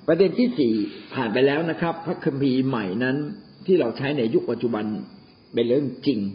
ประเด็นที่สี่ผ่านไปแล้วนะครับพระคัมภีร์ใหม่นั้นที่เราใช้ในยุคปัจจุบันเป็นเรื่องจริง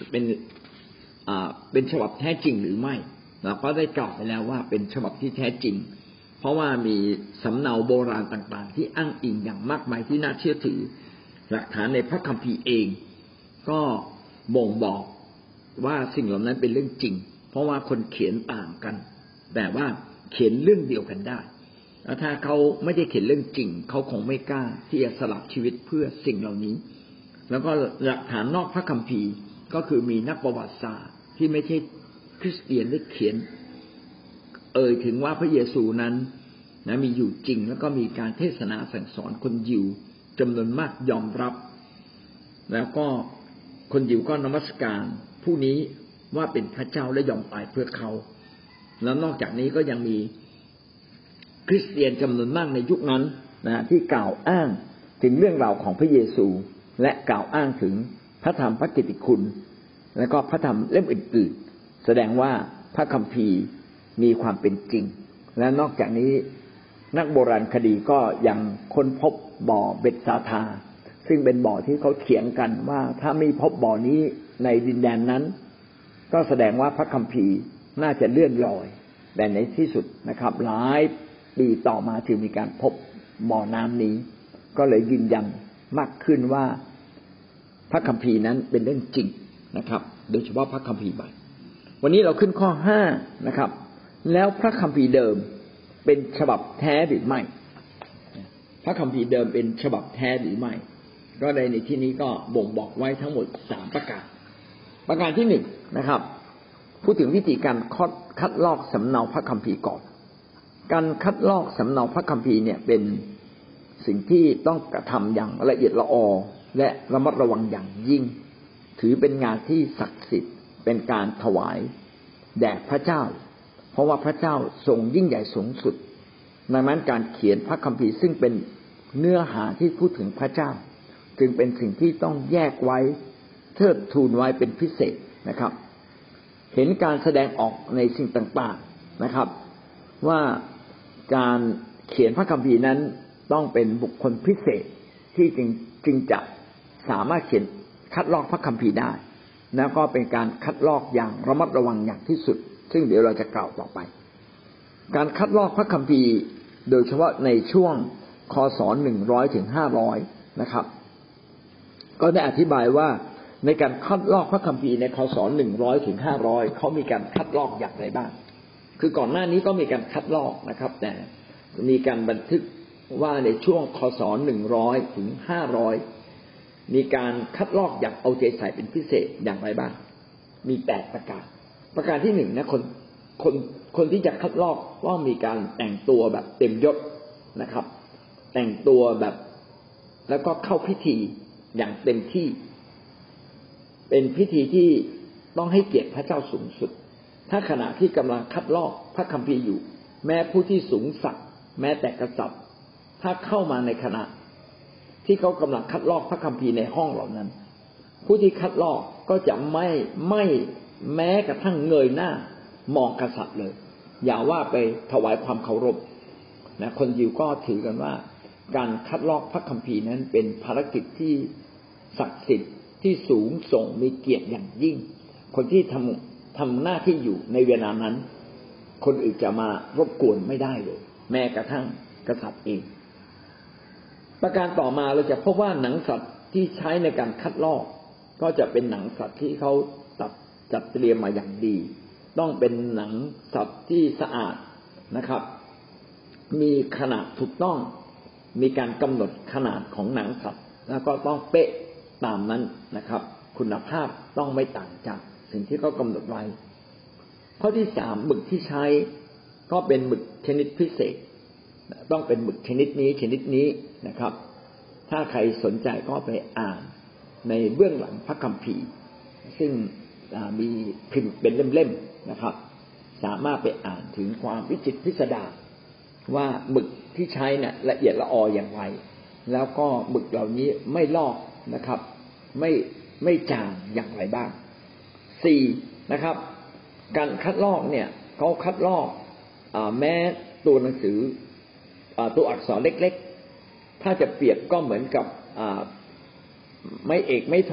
เป็นฉบับแท้จริงหรือไม่เราก็ได้กล่าวไปแล้วว่าเป็นฉบับที่แท้จริงเพราะว่ามีสำเนาโบราณต่างๆที่อ้างอิงอย่างมากมายที่น่าเชื่อถือหลักฐานในพระคัมภีร์เองก็บ่งบอกว่าสิ่งเหล่านั้นเป็นเรื่องจริงเพราะว่าคนเขียนต่างกันแต่ว่าเขียนเรื่องเดียวกันได้แล้วถ้าเขาไม่ได้เขียนเรื่องจริงเขาคงไม่กล้าที่จะสละชีวิตเพื่อสิ่งเหล่านี้แล้วก็หลักฐานนอกพระคัมภีร์ก็คือมีนักประวัติศาสตร์ที่ไม่ใช่คริสเตียนได้เขียนถึงว่าพระเยซูนั้นมีอยู่จริงแล้วก็มีการเทศนาสั่งสอนคนยิวจำนวนมากยอมรับแล้วก็คนยิวก็นมัสการผู้นี้ว่าเป็นพระเจ้าและยอมตายเพื่อเขาแล้วนอกจากนี้ก็ยังมีคริสเตียนจำนวนมากในยุคนั้นที่กล่าวอ้างถึงเรื่องราวของพระเยซูและกล่าวอ้างถึงพระธรรมพระกิตติคุณและก็พระธรรมเล่มอื่นๆแสดงว่าพระคัมภีร์มีความเป็นจริงและนอกจากนี้นักโบราณคดีก็ยังค้นพบบ่อเบ็ดซาธาซึ่งเป็นบ่อที่เขาเถียงกันว่าถ้าไม่พบบ่อนี้ในดินแดนนั้นก็แสดงว่าพระคัมภีร์น่าจะเลื่อนลอยแต่ในที่สุดนะครับหลายปีต่อมาถึงมีการพบบ่อน้ำนี้ก็เลยยืนยันมากขึ้นว่าพระคัมภีร์นั้นเป็นเรื่องจริงนะครับโดยเฉพาะพระคัมภีร์ใหม่วันนี้เราขึ้นข้อ5นะครับแล้วพระคัมภีร์เดิมเป็นฉบับแท้หรือไม่พระคัมภีร์เดิมเป็นฉบับแท้หรือไม่ก็ในที่นี้ก็บ่งบอกไว้ทั้งหมด3ประการประการที่1นะครับพูดถึงวิธีการคัดลอกสำเนาพระคัมภีร์ก่อนการคัดลอกสำเนาพระคัมภีร์เนี่ยเป็นสิ่งที่ต้องกระทำอย่างละเอียดละออและระมัดระวังอย่างยิ่งถือเป็นงานที่ศักดิ์สิทธิ์เป็นการถวายแด่พระเจ้าเพราะว่าพระเจ้าทรงยิ่งใหญ่สูงสุดดังนั้นการเขียนพระคัมภีร์ซึ่งเป็นเนื้อหาที่พูดถึงพระเจ้าจึงเป็นสิ่งที่ต้องแยกไว้เทิดทูนไว้เป็นพิเศษนะครับเห็นการแสดงออกในสิ่งต่างๆนะครับว่าการเขียนพระคัมภีร์นั้นต้องเป็นบุคคลพิเศษที่จึงจะสามารถเขียนคัดลอกพระคัมภีร์ได้แล้วก็เป็นการคัดลอกอย่างระมัดระวังอย่างที่สุดซึ่งเดี๋ยวเราจะกล่าวต่อไปการคัดลอกพระคัมภีร์โดยเฉพาะในช่วงคศ100ถึง500นะครับก็ได้อธิบายว่าในการคัดลอกพระคัมภีร์ในคศ100ถึง500เขามีการคัดลอกอย่างไรบ้างคือก่อนหน้านี้ก็มีการคัดลอกนะครับแต่มีการบันทึกว่าในช่วงคศ100ถึง500มีการคัดลอกอย่างเอาใจใส่เป็นพิเศษอย่างไรบ้างมี8ประการประการที่1นะคนที่จะคัดลอกว่ามีการแต่งตัวแบบเต็มยศนะครับแต่งตัวแบบแล้วก็เข้าพิธีอย่างเต็มที่เป็นพิธีที่ต้องให้เกียรติพระเจ้าสูงสุดถ้าขณะที่กำลังคัดลอกพระคัมภีร์อยู่แม้ผู้ที่สูงศักดิ์แม้แต่กษัตริย์ถ้าเข้ามาในขณะที่เขากำลังคัดลอกพระคัมภีร์ในห้องเหล่านั้นผู้ที่คัดลอกก็จะไม่แม้กระทั่งเงยหน้ามองกษัตริย์เลยอย่าว่าไปถวายความเคารพนะคนยิวก็ถือกันว่าการคัดลอกพระคัมภีร์นั้นเป็นภารกิจที่ศักดิ์สิทธิ์ที่สูงส่งมีเกียรติอย่างยิ่งคนที่ทำหน้าที่อยู่ในเวลานั้นคนอื่นจะมารบกวนไม่ได้เลยแม้กระทั่งกษัตริย์เองประการต่อมาเราจะพบว่าหนังสัตว์ที่ใช้ในการคัดลอกก็จะเป็นหนังสัตว์ที่เขาจัดเตรียมมาอย่างดีต้องเป็นหนังสัตว์ที่สะอาดนะครับมีขนาดถูกต้องมีการกำหนดขนาดของหนังสัตว์แล้วก็ต้องเป๊ะตามนั้นนะครับคุณภาพต้องไม่ต่างจากสิ่งที่เขากำหนดไว้ข้อที่3หมึกที่ใช้ก็เป็นหมึกชนิดพิเศษต้องเป็นหมึกชนิดนี้นะครับถ้าใครสนใจก็ไปอ่านในเบื้องหลังพระคัมภีร์ซึ่งมีพิมพ์เป็นเล่มๆนะครับสามารถไปอ่านถึงความวิจิตรพิสดารว่าหมึกที่ใช้เนี่ยละเอียดละอออย่างไรแล้วก็หมึกเหล่านี้ไม่ลอกนะครับไม่จางอย่างไรบ้าง4นะครับการคัดลอกเนี่ยเขาคัดลอกแม้ตัวหนังสือตัวอักษรเล็กๆถ้าจะเปรียบก็เหมือนกับไม่เอกไม่โท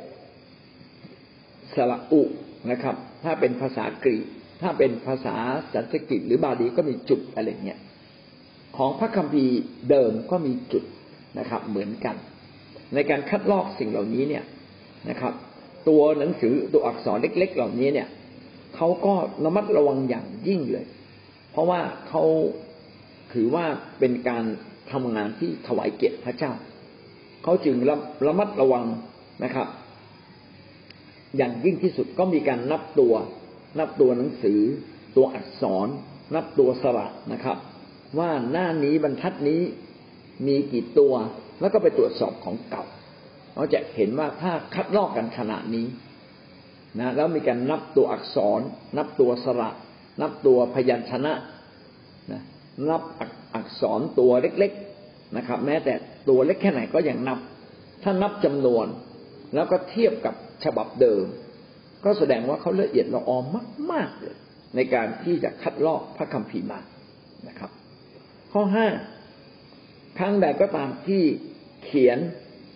สระอุนะครับถ้าเป็นภาษากรีกถ้าเป็นภาษาสันสกฤตหรือบาลีก็มีจุดอะไรเงี้ยของพระคัมภีร์เดิมก็มีจุดนะครับเหมือนกันในการคัดลอกสิ่งเหล่านี้เนี่ยนะครับตัวหนังสือตัวอักษรเล็กๆเหล่านี้เนี่ยเขาก็ระมัดระวังอย่างยิ่งเลยเพราะว่าเขาถือว่าเป็นการทำงานที่ถวายเกียรติพระเจ้าเขาจึงระมัดระวังนะครับอย่างยิ่งที่สุดก็มีการนับตัวหนังสือตัวอักษรนับตัวสระนะครับว่าหน้านี้บรรทัดนี้มีกี่ตัวแล้วก็ไปตรวจสอบของเก่าเราจะเห็นว่าถ้าคัดลอกกันขนาดนี้นะแล้วมีการนับตัวอักษรนับตัวสระนับตัวพยัญชนะนะนับอักษรตัวเล็กๆนะครับแม้แต่ตัวเล็กแค่ไหนก็ยังนับถ้านับจำนวนแล้วก็เทียบกับฉบับเดิมก็แสดงว่าเขาละเอียดละออมากๆเลยในการที่จะคัดลอกพระคัมภีร์มานะครับข้อ5ครั้งใดก็ตามที่เขียน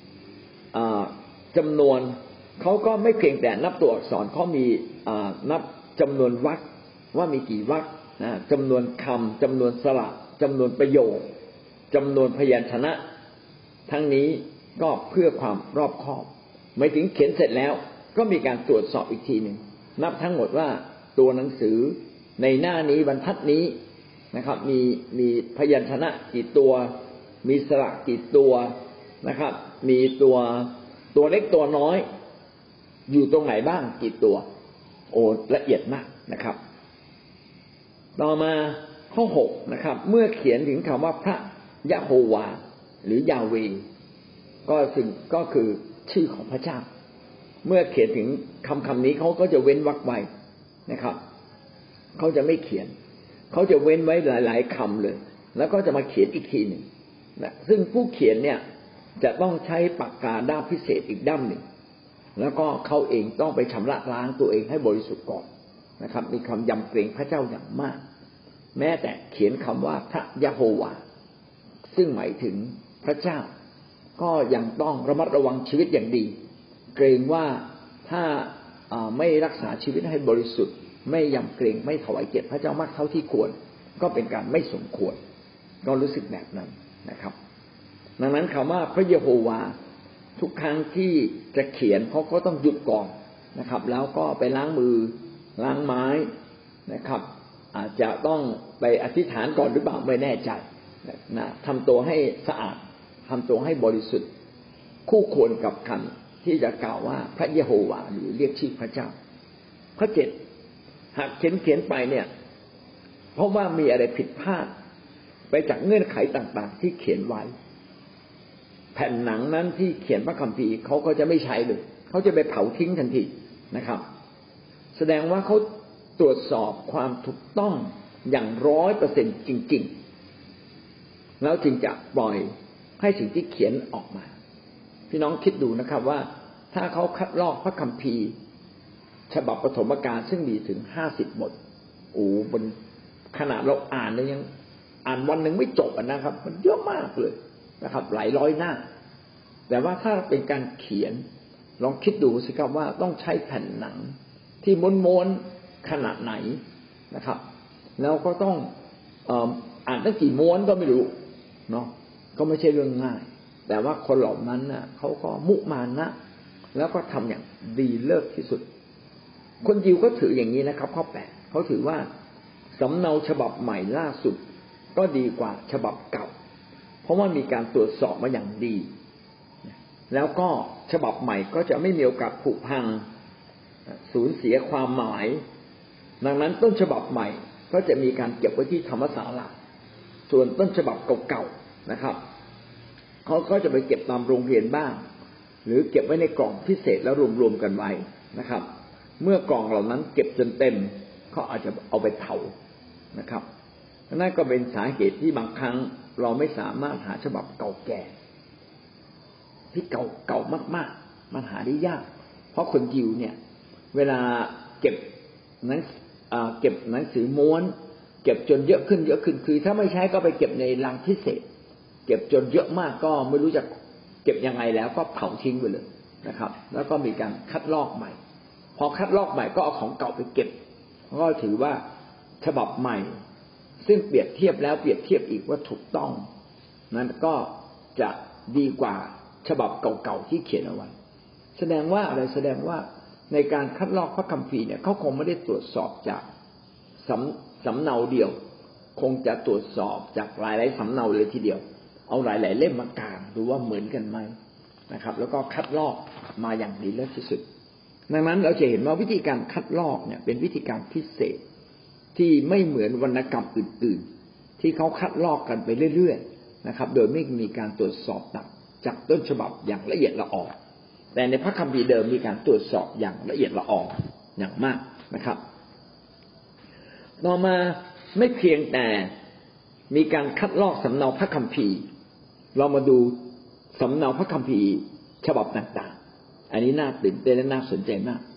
จำนวนเขาก็ไม่เพียงแต่นับตัวอักษรเขามีนับจำนวนวรรคว่ามีกี่วรรคจำนวนคำจำนวนสระจำนวนประโยคจำนวนพยัญชนะทั้งนี้ก็เพื่อความรอบคอบหมายถึงเขียนเสร็จแล้วก็มีการตรวจสอบอีกทีหนึ่งนับทั้งหมดว่าตัวหนังสือในหน้านี้บรรทัดนี้นะครับมีพยัญชนะกี่ตัวมีสระกี่ตัวนะครับมีตัวเล็กตัวน้อยอยู่ตรงไหนบ้างกี่ตัวโอ้ละเอียดมากนะครับต่อมาข้อ6นะครับเมื่อเขียนถึงคำว่าพระยะโฮวาหรือยาเวห์ก็คือชื่อของพระเจ้าเมื่อเขียนถึงคำนี้เขาก็จะเว้นวรรคไว้นะครับเขาจะไม่เขียนเขาจะเว้นไว้หลายๆคำเลยแล้วก็จะมาเขียนอีกทีหนึ่งนะซึ่งผู้เขียนเนี่ยจะต้องใช้ปากกาด้ามพิเศษอีกด้ามหนึ่งแล้วก็เขาเองต้องไปชำระล้างตัวเองให้บริสุทธิ์ก่อนนะครับมีความยำเกรงพระเจ้าอย่างมากแม้แต่เขียนคำว่าพระยะโฮวาซึ่งหมายถึงพระเจ้าก็ยังต้องระมัดระวังชีวิตอย่างดีเกรงว่าถ้าไม่รักษาชีวิตให้บริสุทธิ์ไม่ยำเกรงไม่ถวายเกียรติพระเจ้ามากเท่าที่ควรก็เป็นการไม่สมควรก็รู้สึกแบบนั้นนะครับดังนั้นคำว่าพระยะโฮวาทุกครั้งที่จะเขียนเขาก็ต้องหยุดก่อนนะครับแล้วก็ไปล้างมือล้างไม้นะครับอาจจะต้องไปอธิษฐานก่อนหรือเปล่าไม่แน่ใจนะทำตัวให้สะอาดทำตัวให้บริสุทธิ์คู่ควรกับคำที่จะกล่าวว่าพระยะโฮวาหรือเรียกชื่อพระเจ้าข้อ7หากเขียนไปเนี่ยเพราะว่ามีอะไรผิดพลาดไปจากเงื่อนไขต่างๆที่เขียนไว้แผ่นหนังนั้นที่เขียนพระคัมภีร์เขาก็จะไม่ใช้เลยเขาจะไปเผาทิ้งทันทีนะครับแสดงว่าเขาตรวจสอบความถูกต้องอย่าง 100% จริงๆแล้วจึงจะปล่อยให้สิ่งที่เขียนออกมาพี่น้องคิดดูนะครับว่าถ้าเขาคัดลอกพระคัมภีร์ฉบับปฐมกาลซึ่งมีถึง50 บทบนขนาดเราอ่านเลยยังอ่านวันหนึ่งไม่จบนะครับมันเยอะมากเลยนะครับหลายร้อยหน้าแต่ว่าถ้าเป็นการเขียนลองคิดดูสิครับว่าต้องใช้แผ่นหนังที่ม้วนๆขนาดไหนนะครับแล้วก็ต้องอ่านตั้งกี่ม้วนก็ไม่รู้เนาะก็ไม่ใช่เรื่องง่ายแต่ว่าคนเหล่านั้นน่ะเขาก็มุมานะแล้วก็ทำอย่างดีเลิศที่สุดคนยิวก็ถืออย่างนี้นะครับข้อ8เขาถือว่าสำเนาฉบับใหม่ล่าสุดก็ดีกว่าฉบับเก่าเพราะว่ามีการตรวจสอบมาอย่างดีแล้วก็ฉบับใหม่ก็จะไม่มีโอกาสผุพังสูญเสียความหมายดังนั้นต้นฉบับใหม่ก็จะมีการเก็บไว้ที่ธรรมศาลาส่วนต้นฉบับเก่าๆนะครับเขาก็จะไปเก็บตามโรงเรียนบ้างหรือเก็บไว้ในกล่องพิเศษแล้วรวมๆกันไว้นะครับเมื่อกล่องเหล่านั้นเก็บจนเต็มเขาอาจจะเอาไปเผานะครับนั่นก็เป็นสาเหตุที่บางครั้งเราไม่สามารถหาฉบับเก่าแก่ที่เก่ามากๆมันหาได้ยากเพราะคนยิวเนี่ยเวลาเก็บหนังสือม้วนเก็บจนเยอะขึ้นคือถ้าไม่ใช้ก็ไปเก็บในลังพิเศษเก็บจนเยอะมากก็ไม่รู้จะเก็บยังไงแล้วก็เผาทิ้งไปเลยนะครับแล้วก็มีการคัดลอกใหม่พอคัดลอกใหม่ก็เอาของเก่าไปเก็บก็ถือว่าฉบับใหม่ซึ่งเปรียบเทียบแล้วเปรียบเทียบอีกว่าถูกต้องนั้นก็จะดีกว่าฉบับเก่าๆที่เขียนเอาไว้แสดงว่าอะไรแสดงว่าในการคัดลอกพระคัมภีร์เนี่ยเขาคงไม่ได้ตรวจสอบจากสำเนาเดียวคงจะตรวจสอบจากหลายๆสำเนาเลยทีเดียวเอาหลายๆเล่มมากางดูว่าเหมือนกันไหมนะครับแล้วก็คัดลอกมาอย่างดีเลิศที่สุดดังนั้นเราจะเห็นว่าวิธีการคัดลอกเนี่ยเป็นวิธีการพิเศษที่ไม่เหมือนวรรณกรรมอื่นๆที่เขาคัดลอกกันไปเรื่อยๆนะครับโดยไม่มีการตรวจสอบจากต้นฉบับอย่างละเอียดละออแต่ในพระคัมภีร์เดิมมีการตรวจสอบอย่างละเอียดละอออย่างมากนะครับต่อมาไม่เพียงแต่มีการคัดลอกสำเนาพระคัมภีร์เรามาดูสำเนาพระคัมภีร์ฉบับต่างๆอันนี้น่าตื่นเต้นและน่าสนใจมาก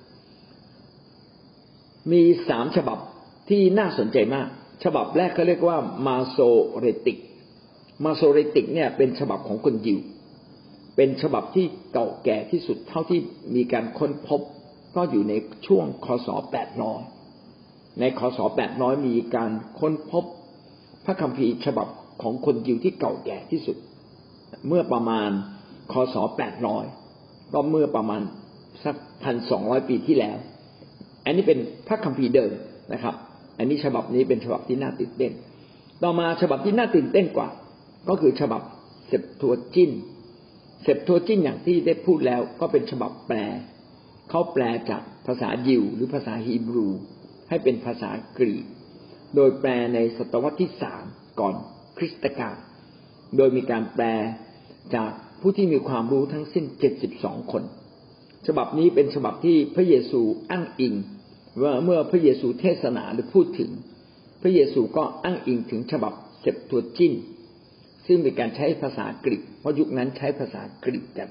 มี3ฉบับที่น่าสนใจมากฉบับแรกเขาเรียกว่ามาโซเรติกเนี่ยเป็นฉบับของคนยิวเป็นฉบับที่เก่าแก่ที่สุดเท่าที่มีการค้นพบก็อยู่ในช่วงคศ800ในคศ800มีการค้นพบพระคัมภีร์ฉบับของคนยิวที่เก่าแก่ที่สุดเมื่อประมาณคศ800ก็เมื่อประมาณสัก 1,200 ปีที่แล้วอันนี้เป็นพระคัมภีร์เดิมนะครับอันนี้ฉบับนี้เป็นฉบับที่น่าตื่นเต้นต่อมาฉบับที่น่าตื่นเต้นกว่าก็คือฉบับเซปทัวจินอย่างที่ได้พูดแล้วก็เป็นฉบับแปลเขาแปลจากภาษายิวหรือภาษาฮีบรูให้เป็นภาษากรีกโดยแปลในศตวรรษที่3ก่อนคริสตกาลโดยมีการแปลจากผู้ที่มีความรู้ทั้งสิ้น72คนฉบับนี้เป็นฉบับที่พระเยซูอ้างอิงว่าเมื่อพระเยซูเทศนาหรือพูดถึงพระเยซูก็อ้างอิงถึงฉบับเซปทัวจินซึ่งมีการใช้ภาษากรีกเพราะยุคนั้นใช้ภาษากรีกกัน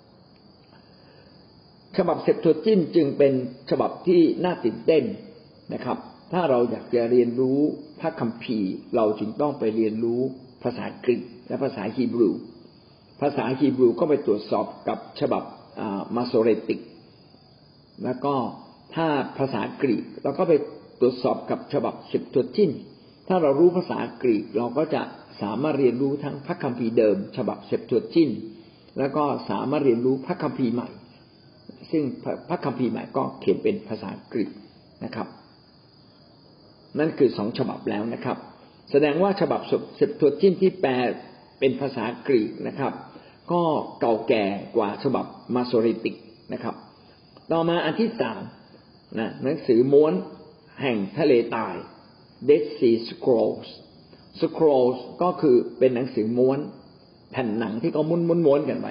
ฉบับเซปทัวจินจึงเป็นฉบับที่น่าตื่นเต้นนะครับถ้าเราอยากจะเรียนรู้พระคัมภีร์เราจึงต้องไปเรียนรู้ภาษากรีกและภาษาฮีบรูก็ไปตรวจสอบกับฉบับมาโซเรติกแล้วก็ถ้าภาษากรีกเราก็ไปตรวจสอบกับฉบับเซปทัวจินถ้าเรารู้ภาษากรีกเราก็จะสามารถเรียนรู้ทั้งพระคัมภีร์เดิมฉบับเซปทัวจินแล้วก็สามารถเรียนรู้พระคัมภีร์ใหม่ซึ่งพระคัมภีร์ใหม่ก็เขียนเป็นภาษากรีกนะครับนั่นคือ2ฉบับแล้วนะครับแสดงว่าฉบับเซปทัวจินที่แปลเป็นภาษากรีกนะครับก็เก่าแก่กว่าฉบับมาโซเรติกนะครับต่อมาอันที่3นะหนังสือม้วนแห่งทะเลตาย Dead Sea Scrolls ก็คือเป็นหนังสือม้วนแผ่นหนังที่เขาม้วนกันไป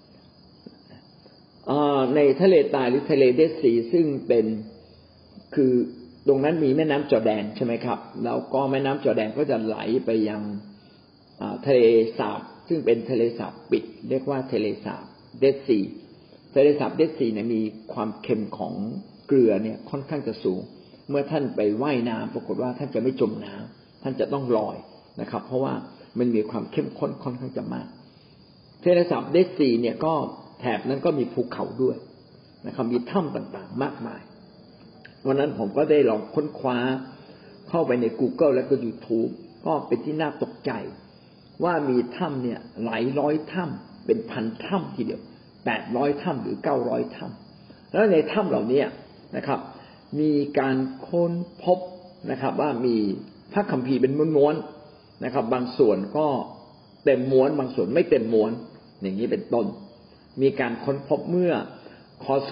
ในทะเลตายหรือทะเลเดดซีซึ่งเป็นคือตรงนั้นมีแม่น้ำจอร์แดนใช่ไหมครับแล้วก็แม่น้ำจอร์แดนก็จะไหลไปยังทะเลสาบซึ่งเป็นทะเลสาบปิดเรียกว่าทะเลสาบเดดซีทะเลสาบเดดซีเนี่ยมีความเค็มของเกลือเนี่ยค่อนข้างจะสูงเมื่อท่านไปว่ายน้ำปรากฏว่าท่านจะไม่จมน้ำท่านจะต้องลอยนะครับเพราะว่ามันมีความเข้มข้นค่อนข้างจะมากทะเลสาบเดดซีเนี่ยก็แถบนั้นก็มีภูเขาด้วยนะครับมีถ้ำต่างๆมากมายวันนั้นผมก็ได้ลองค้นคว้าเข้าไปใน Google และก็ YouTube ก็เป็นที่น่าตกใจว่ามีถ้ำเนี่ยหลายร้อยถ้ำเป็นพันถ้ำทีเดียว800ถ้ำหรือ900ถ้ำแล้วในถ้ำเหล่านี้นะครับมีการค้นพบนะครับว่ามีพระคัมภีร์เป็นม้วนๆนะครับบางส่วนก็เต็มม้วนบางส่วนไม่เต็มม้วนอย่างนี้เป็นต้นมีการค้นพบเมื่อคศ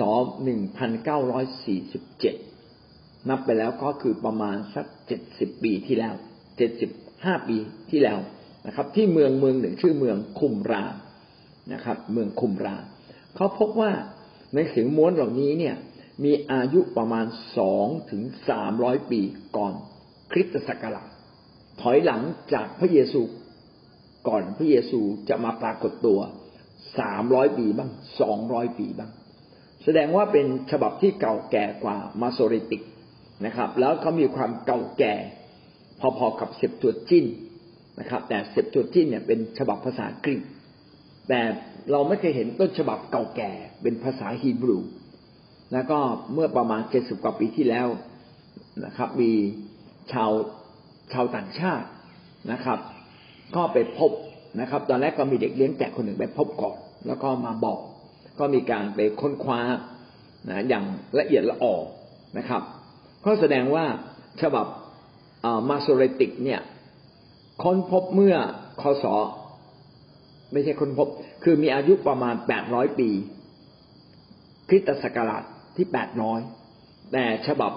1947นับไปแล้วก็คือประมาณสัก70ปีที่แล้ว75ปีที่แล้วนะครับที่เมืองหนึ่งชื่อเมืองคุมรานะครับเมืองคุมราเขาพบว่าหนังสือม้วนเหล่านี้เนี่ยมีอายุประมาณ2ถึง300ปีก่อนคริสตศักราชถอยหลังจากพระเยซูก่อนพระเยซูจะมาปรากฏตัว300ปีบ้าง200ปีบ้างแสดงว่าเป็นฉบับที่เก่าแก่กว่ามาโซเรติกนะครับแล้วเขามีความเก่าแก่พอๆกับเซปตูจินต์นะครับแต่เซปตูจินต์เนี่ยเป็นฉบับภาษากรีกแต่เราไม่เคยเห็นต้นฉบับเก่าแก่เป็นภาษาฮีบรูแล้วก็เมื่อประมาณ70กว่าปีที่แล้วนะครับมีชาวต่างชาตินะครับก็ไปพบนะครับตอนแรกก็มีเด็กเลี้ยงแกะคนหนึ่งไปพบก่อนแล้วก็มาบอกก็มีการไปค้นคว้านะอย่างละเอียดละออนะครับก็แสดงว่าฉบับมาโซเรติกเนี่ยค้นพบเมื่อคศไม่ใช่ค้นพบคือมีอายุประมาณ800ปีคริสตศักราชที่800แต่ฉบับ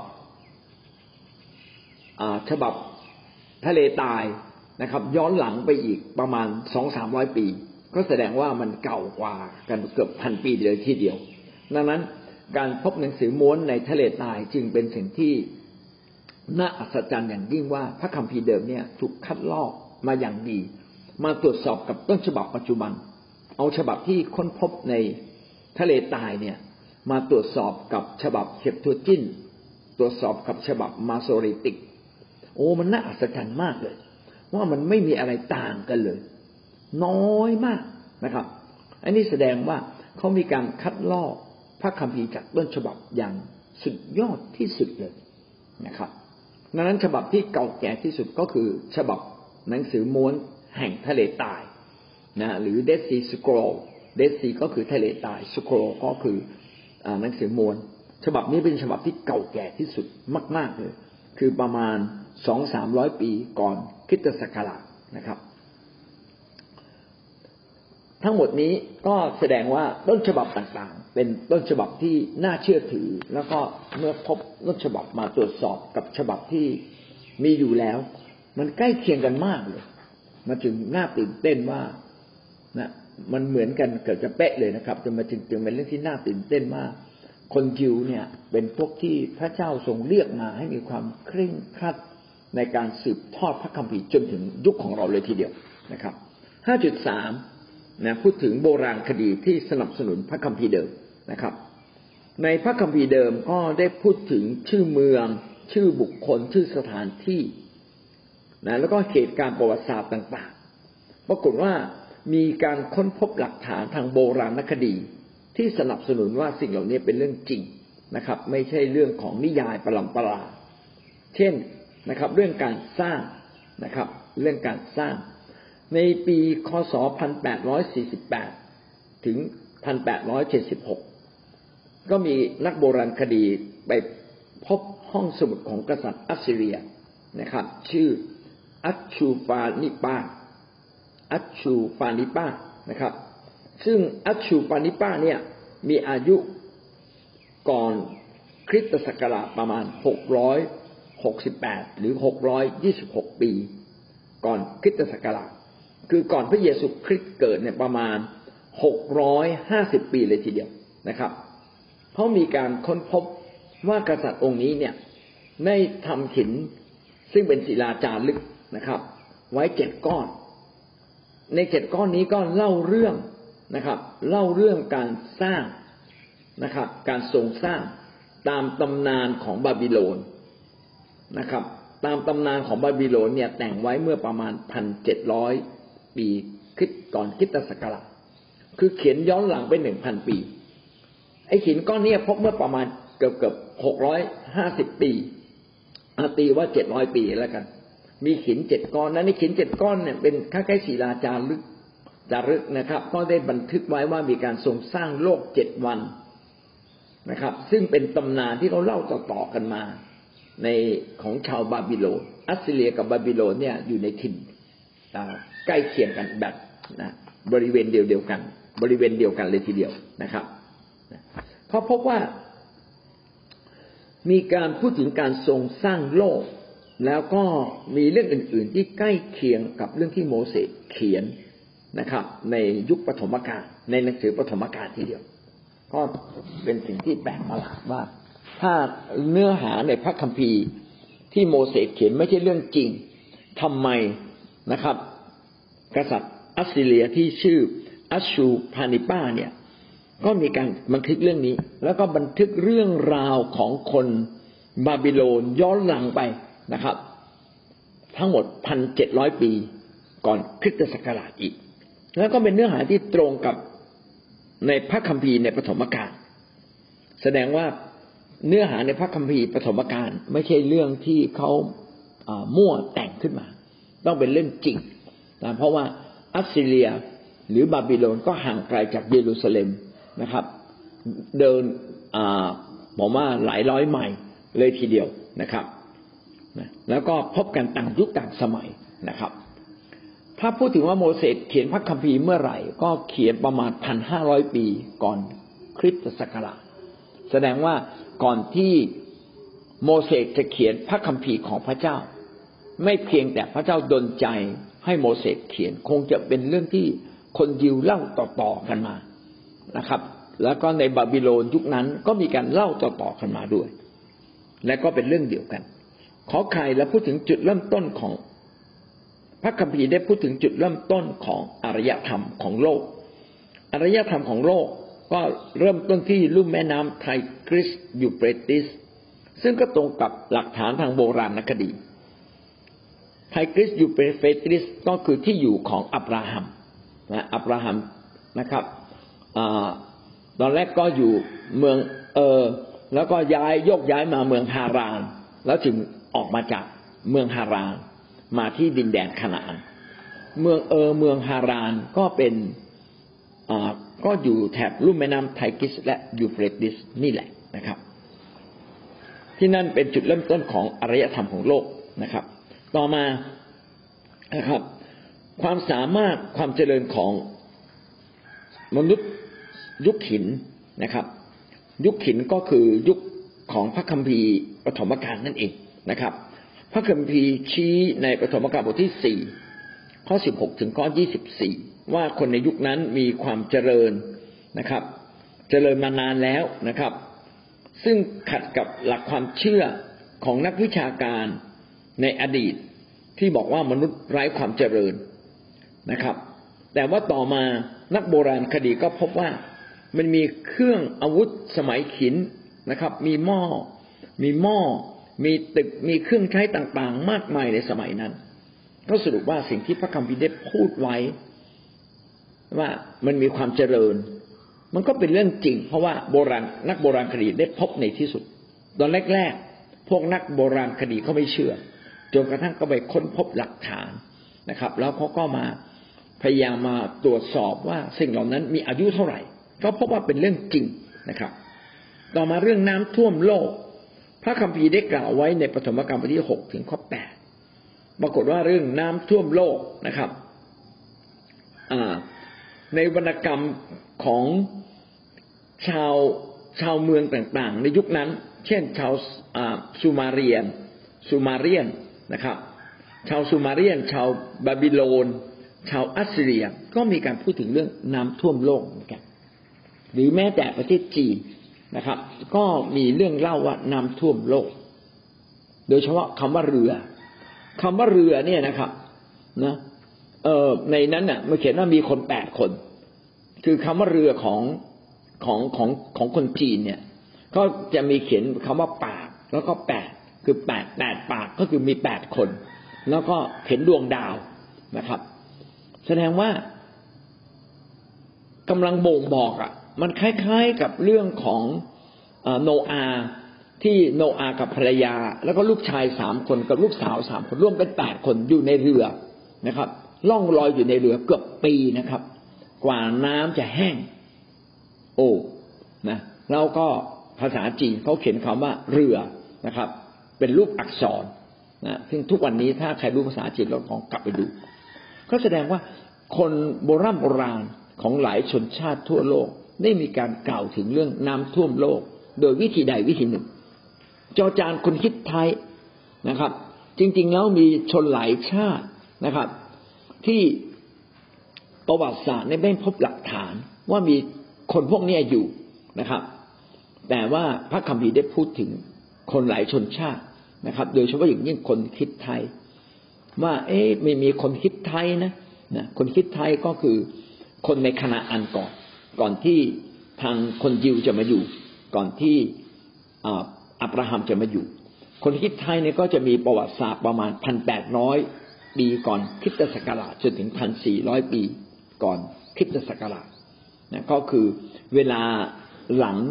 ทะเลตายนะครับย้อนหลังไปอีกประมาณ 200-300 ปีก็แสดงว่ามันเก่ากว่ากันเกือบ1,000 ปีเลยทีเดียวดังนั้นการพบหนังสือม้วนในทะเลตายจึงเป็นสิ่งที่น่าอัศจรรย์อย่างยิ่งว่าพระคัมภีร์เดิมเนี่ยถูกคัดลอกมาอย่างดีมาตรวจสอบกับต้นฉบับปัจจุบันเอาฉบับที่ค้นพบในทะเลตายเนี่ยมาตรวจสอบกับฉบับเซปตูจินต์ตรวจสอบกับฉบับมาโซเรติกโอ้มันน่าอัศจรรย์มากเลยว่ามันไม่มีอะไรต่างกันเลยน้อยมากนะครับอันนี้แสดงว่าเขามีการคัดลอกพระคัมภีร์จากต้นฉบับอย่างสุดยอดที่สุดเลยนะครับดังนั้นฉบับที่เก่าแก่ที่สุดก็คือฉบับหนังสือม้วนแห่งทะเลตายนะหรือ Dead Sea Scroll Dead Sea ก็คือทะเลตาย Scroll ก็คือหนังสือม้วนฉบับนี้เป็นฉบับที่เก่าแก่ที่สุดมากๆเลยคือประมาณ 200-300 ปีก่อนคริสตศักราชนะครับทั้งหมดนี้ก็แสดงว่าต้นฉบับต่างๆเป็นต้นฉบับที่น่าเชื่อถือแล้วก็เมื่อพบต้นฉบับมาตรวจสอบกับฉบับที่มีอยู่แล้วมันใกล้เคียงกันมากเลยมาถึงน่าตื่นเต้นว่านะมันเหมือนกันเกือบจะเป๊ะเลยนะครับจนมาจึงเป็นเรื่องที่น่าตื่นเต้นมากคนยิวเนี่ยเป็นพวกที่พระเจ้าทรงเรียกมาให้มีความเคร่งครัดในการสืบทอดพระคัมภีร์จนถึงยุคของเราเลยทีเดียวนะครับ 5.3 นะพูดถึงโบราณคดีที่สนับสนุนพระคัมภีร์เดิมนะครับในพระคัมภีร์เดิมก็ได้พูดถึงชื่อเมืองชื่อบุคคลชื่อสถานที่นะแล้วก็เหตุการณ์ประวัติศาสตร์ต่างๆปรากฏว่ามีการค้นพบหลักฐานทางโบราณคดีที่สนับสนุนว่าสิ่งเหล่านี้เป็นเรื่องจริงนะครับไม่ใช่เรื่องของนิยายประหลำประหลาดเช่นนะครับเรื่องการสร้างนะครับเรื่องการสร้างในปีคศ1848ถึง1876ก็มีนักโบราณคดีไปพบห้องสมุดของกษัตริย์อัสซีเรียนะครับชื่ออัชชูฟานิปานะครับซึ่งอัชชูฟานิปาเนี่ยมีอายุก่อนคริสตศักราชประมาณ668หรือ626ปีก่อนคริสตศักราชคือก่อนพระเยซูคริสต์เกิดเนี่ยประมาณ650ปีเลยทีเดียวนะครับเพราะมีการค้นพบว่ากษัตริย์องค์นี้เนี่ยได้ทำหินซึ่งเป็นศิลาจารึกนะครับไว้7ก้อนใน7ก้อนนี้ก็เล่าเรื่องนะครับเล่าเรื่องการสร้างนะครับการทรงสร้างตามตำนานของบาบิโลนนะครับตามตำนานของบาบิโลนเนี่ยแต่งไว้เมื่อประมาณ 1,700 ปีก่อนคริสตศักราชคือเขียนย้อนหลังไป 1,000 ปีไอ้หินก้อนนี้พบเมื่อประมาณเกือบ650 ปีตีว่า700ปีแล้วกันมีหิน7ก้อนนั้นในหิน7ก้อนเนี่ยเป็นคล้ายๆศิลาจารึกนะครับก็ได้บันทึกไว้ว่ามีการทรงสร้างโลก7วันนะครับซึ่งเป็นตำนานที่เขาเล่าต่อๆกันมาในของชาวบาบิโลนอัสซีเรียกับบาบิโลนเนี่ยอยู่ในถิ่นใกล้เคียงกันแบบนะบริเวณเดียวกันเลยทีเดียวนะครับเพราะพบว่ามีการพูดถึงการทรงสร้างโลกแล้วก็มีเรื่องอื่นๆที่ใกล้เคียงกับเรื่องที่โมเสสเขียนนะครับในยุคปฐมกาลในหนังสือปฐมกาลทีเดียวก็เป็นสิ่งที่แปลกประหลาดว่าถ้าเนื้อหาในพระคัมภีร์ที่โมเสสเขียนไม่ใช่เรื่องจริงทำไมนะครับกษัตริย์อัสซีเรียที่ชื่ออัชชูพานิปาเนี่ยก็มีการบันทึกเรื่องนี้แล้วก็บันทึกเรื่องราวของคนบาบิโลนย้อนหลังไปนะครับทั้งหมด 1,700 ปีก่อนคริสตศักราชอีกแล้วก็เป็นเนื้อหาที่ตรงกับในพระคัมภีร์ในปฐมกาลแสดงว่าเนื้อหาในพระคัมภีร์ปฐมกาลไม่ใช่เรื่องที่เขามั่วแต่งขึ้นมาต้องเป็นเรื่องจริงนะเพราะว่าอัสซีเรียหรือบาบิโลนก็ห่างไกลจากเยรูซาเล็มนะครับเดินผมว่าหลายร้อยไมล์เลยทีเดียวนะครับแล้วก็พบกันต่างยุคต่างสมัยนะครับถ้าพูดถึงว่าโมเสสเขียนพระคัมภีร์เมื่อไหร่ก็เขียนประมาณ 1,500 ปีก่อนคริสตศักราชแสดงว่าก่อนที่โมเสสจะเขียนพระคัมภีร์ของพระเจ้าไม่เพียงแต่พระเจ้าดลใจให้โมเสสเขียนคงจะเป็นเรื่องที่คนยิวเล่าต่อๆกันมานะครับแล้วก็ในบาบิโลนยุคนั้นก็มีการเล่าต่อๆกันมาด้วยและก็เป็นเรื่องเดียวกันขอใครแล้วพูดถึงจุดเริ่มต้นของพระคัมภีร์ได้พูดถึงจุดเริ่มต้นของอารยธรรมของโลกอารยธรรมของโลกก็เริ่มต้นที่ลุ่มแม่น้ำไทกริสยูเฟรติสซึ่งก็ตรงกับหลักฐานทางโบราณคดีไทกริสยูเฟรติสก็คือที่อยู่ของอับราฮัมอับราฮัมนะครับตอนแรกก็อยู่เมืองแล้วก็โยกย้ายมาเมืองฮารานแล้วจึงออกมาจากเมืองฮารานมาที่ดินแดนคานาอันเมืองฮารานก็เป็นก็อยู่แถบลุ่มแม่น้ำไทกริสและยูเฟรติสนี่แหละนะครับที่นั่นเป็นจุดเริ่มต้นของอารยธรรมของโลกนะครับต่อมานะครับความสามารถความเจริญของมนุษย์ยุคหินนะครับยุคหินก็คือยุคของพระคัมภีร์ปฐมกาลนั่นเองนะครับพระคัมภีร์ชี้ในปฐมกาลบทที่4ข้อ16ถึงข้อ24ว่าคนในยุคนั้นมีความเจริญนะครับเจริญมานานแล้วนะครับซึ่งขัดกับหลักความเชื่อของนักวิชาการในอดีตที่บอกว่ามนุษย์ไร้ความเจริญนะครับแต่ว่าต่อมานักโบราณคดีก็พบว่ามันมีเครื่องอาวุธสมัยขินนะครับมีหม้อมีตึกมีเครื่องใช้ต่างๆมากมายในสมัยนั้นก็สรุปว่าสิ่งที่พระคัมภีร์ได้พูดไว้ว่ามันมีความเจริญมันก็เป็นเรื่องจริงเพราะว่านักโบราณคดีได้พบในที่สุดตอนแรกๆพวกนักโบราณคดีเขาไม่เชื่อจนกระทั่งก็ไปค้นพบหลักฐานนะครับแล้วเขาก็มาพยายามมาตรวจสอบว่าสิ่งเหล่านั้นมีอายุเท่าไหร่ก็พบว่าเป็นเรื่องจริงนะครับต่อมาเรื่องน้ำท่วมโลกพระคัมภีร์ได้กล่าวไว้ในปฐมกาลบทที่6ถึงข้อ8ปรากฏว่าเรื่องน้ำท่วมโลกนะครับในวรรณกรรมของชาวเมืองต่างๆในยุคนั้นเช่นชาวซูมาเรียนนะครับชาวซูมาเรียนชาวบาบิโลนชาวอัสซีเรียก็มีการพูดถึงเรื่องน้ำท่วมโลกเหมือนกันหรือแม้แต่ประเทศจีนนะครับก็มีเรื่องเล่าว่าน้ำท่วมโลกโดยเฉพาะคำว่าเรือเนี่ยนะครับนะในนั้นน่ะมันเขียนว่ามีคน8คนคือคำว่าเรือของคนจีนเนี่ยก็จะมีเขียนคำว่าปากแล้วก็8คือ8ปากก็คือมี8คนแล้วก็เห็นดวงดาวนะครับแสดงว่ากำลังบ่งบอกมันคล้ายๆกับเรื่องของโนอาห์ที่โนอาห์กับภรรยาแล้วก็ลูกชาย3คนกับลูกสาว3คนร่วมเป็น8คนอยู่ในเรือนะครับล่องลอยอยู่ในเรือเกือบปีนะครับกว่าน้ำจะแห้งนะแล้วก็ภาษาจีนเขาเขียนคำว่าเรือนะครับเป็นรูปอักษรนะซึ่งทุกวันนี้ถ้าใครรู้ภาษาจีนเราลองกลับไปดูก็แสดงว่าคนโบราณของหลายชนชาติทั่วโลกได้มีการกล่าวถึงเรื่องน้ำท่วมโลกโดยวิธีใดวิธีหนึ่งจอจานคนฮิตไทนะครับจริงๆแล้วมีชนหลายชาตินะครับที่ประวัติศาสตร์ไม่พบหลักฐานว่ามีคนพวกนี้อยู่นะครับแต่ว่าพระคัมภีร์ได้พูดถึงคนหลายชนชาตินะครับโดยเฉพาะอย่างยิ่งคนฮิตไทว่าไม่มีคนฮิตไทนะคนฮิตไทก็คือคนในคานาอันก่อนที่ทางคนยิวจะมาอยู่ก่อนที่อับราฮัมจะมาอยู่คนฮิตไทเนี่ยก็จะมีประวัติศาสตร์ประมาณ 1,800 ปีก่อนคริสตศักราชจนถึง 1,400 ปีก่อนคริสตศักราชนะก็คือเวลาหลัง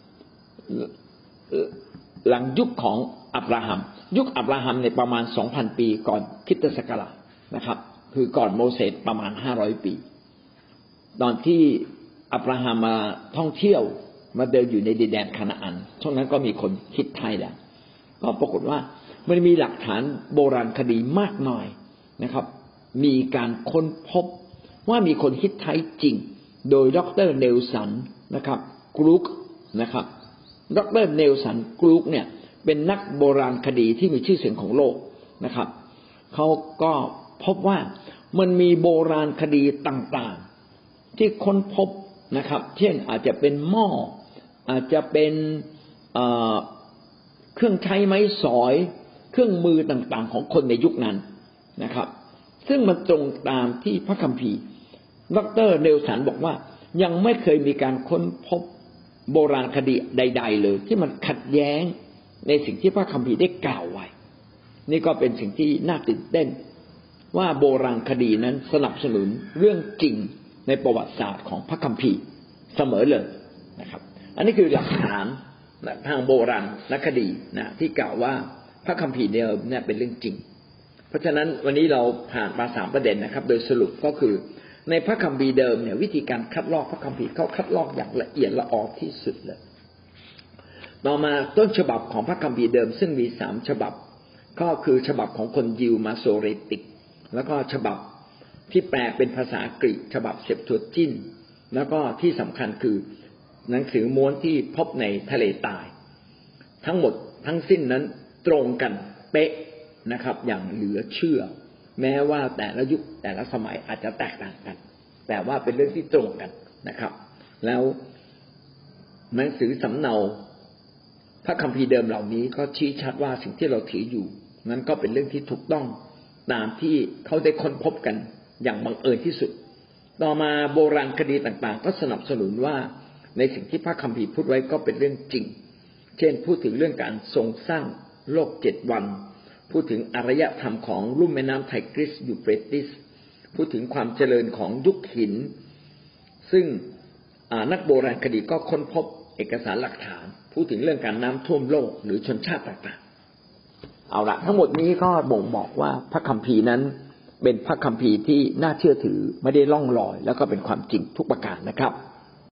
ยุคของอับราฮัมยุคอับราฮัมในประมาณ 2,000 ปีก่อนคริสตศักราชนะครับคือก่อนโมเสสประมาณ500 ปีตอนที่อับราฮัมมาท่องเที่ยวมาเดินอยู่ในดินแดนคานาอันช่วงนั้นก็มีคนฮิตไทแล้วก็ปรากฏว่ามันมีหลักฐานโบราณคดีมากมายนะครับมีการค้นพบว่ามีคนฮิตไทจริงโดยดร.เนลสันนะครับกรุ๊กนะครับดร.เนลสันกรุ๊กเนี่ยเป็นนักโบราณคดีที่มีชื่อเสียงของโลกนะครับเขาก็พบว่ามันมีโบราณคดีต่างๆที่ค้นพบนะครับเช่นอาจจะเป็นหม้ออาจจะเป็นเครื่องใช้ไม้สอยเครื่องมือต่างๆของคนในยุคนั้นนะครับซึ่งมันตรงตามที่พระคัมภีร์ดร.เนลสันบอกว่ายังไม่เคยมีการค้นพบโบราณคดีใดๆเลยที่มันขัดแย้งในสิ่งที่พระคัมภีร์ได้กล่าวไว้นี่ก็เป็นสิ่งที่น่าตื่นเต้นว่าโบราณคดีนั้นสนับสนุนเรื่องจริงในประวัติศาสตร์ของพระคัมภีร์เสมอเลยนะครับอันนี้คือหลักฐานทางโบราณคดีนะที่กล่าวว่าพระคัมภีร์เนี่ยเป็นเรื่องจริงเพราะฉะนั้นวันนี้เราผ่านมา3ประเด็นนะครับโดยสรุปก็คือในพระคัมภีร์เดิมเนี่ยวิธีการคัดลอกพระคัมภีร์เขาคัดลอกอย่างละเอียดละออที่สุดเลยต่อมาต้นฉบับของพระคัมภีร์เดิมซึ่งมี3ฉบับก็คือฉบับของคนยิวมาโซเรติกแล้วก็ฉบับที่แปลเป็นภาษากรีกฉบับเซปทูจินต์แล้วก็ที่สำคัญคือหนังสือม้วนที่พบในทะเลตายทั้งหมดทั้งสิ้นนั้นตรงกันเป๊ะนะครับอย่างเหลือเชื่อแม้ว่าแต่ละยุคแต่ละสมัยอาจจะแตกต่างกันแต่ว่าเป็นเรื่องที่ตรงกันนะครับแล้วหนังสือสำเนาพระคัมภีร์เดิมเหล่านี้ก็ชี้ชัดว่าสิ่งที่เราถืออยู่นั้นก็เป็นเรื่องที่ถูกต้องตามที่เขาได้ค้นพบกันอย่างบังเอิญที่สุดต่อมาโบราณคดีต่างๆก็สนับสนุนว่าในสิ่งที่พระคัมภีร์พูดไว้ก็เป็นเรื่องจริงเช่นพูดถึงเรื่องการทรงสร้างโลก7 วันพูดถึงอารยธรรมของลุ่มแม่น้ำไทกริสยูเฟรติสพูดถึงความเจริญของยุคหินซึ่งนักโบราณคดีก็ค้นพบเอกสารหลักฐานพูดถึงเรื่องการน้ำท่วมโลกหรือชนชาติต่างๆเอาละทั้งหมดนี้ก็บ่งบอกว่าพระคัมภีร์นั้นเป็นพระคัมภีร์ที่น่าเชื่อถือไม่ได้ล่องลอยแล้วก็เป็นความจริงทุกประการนะครับ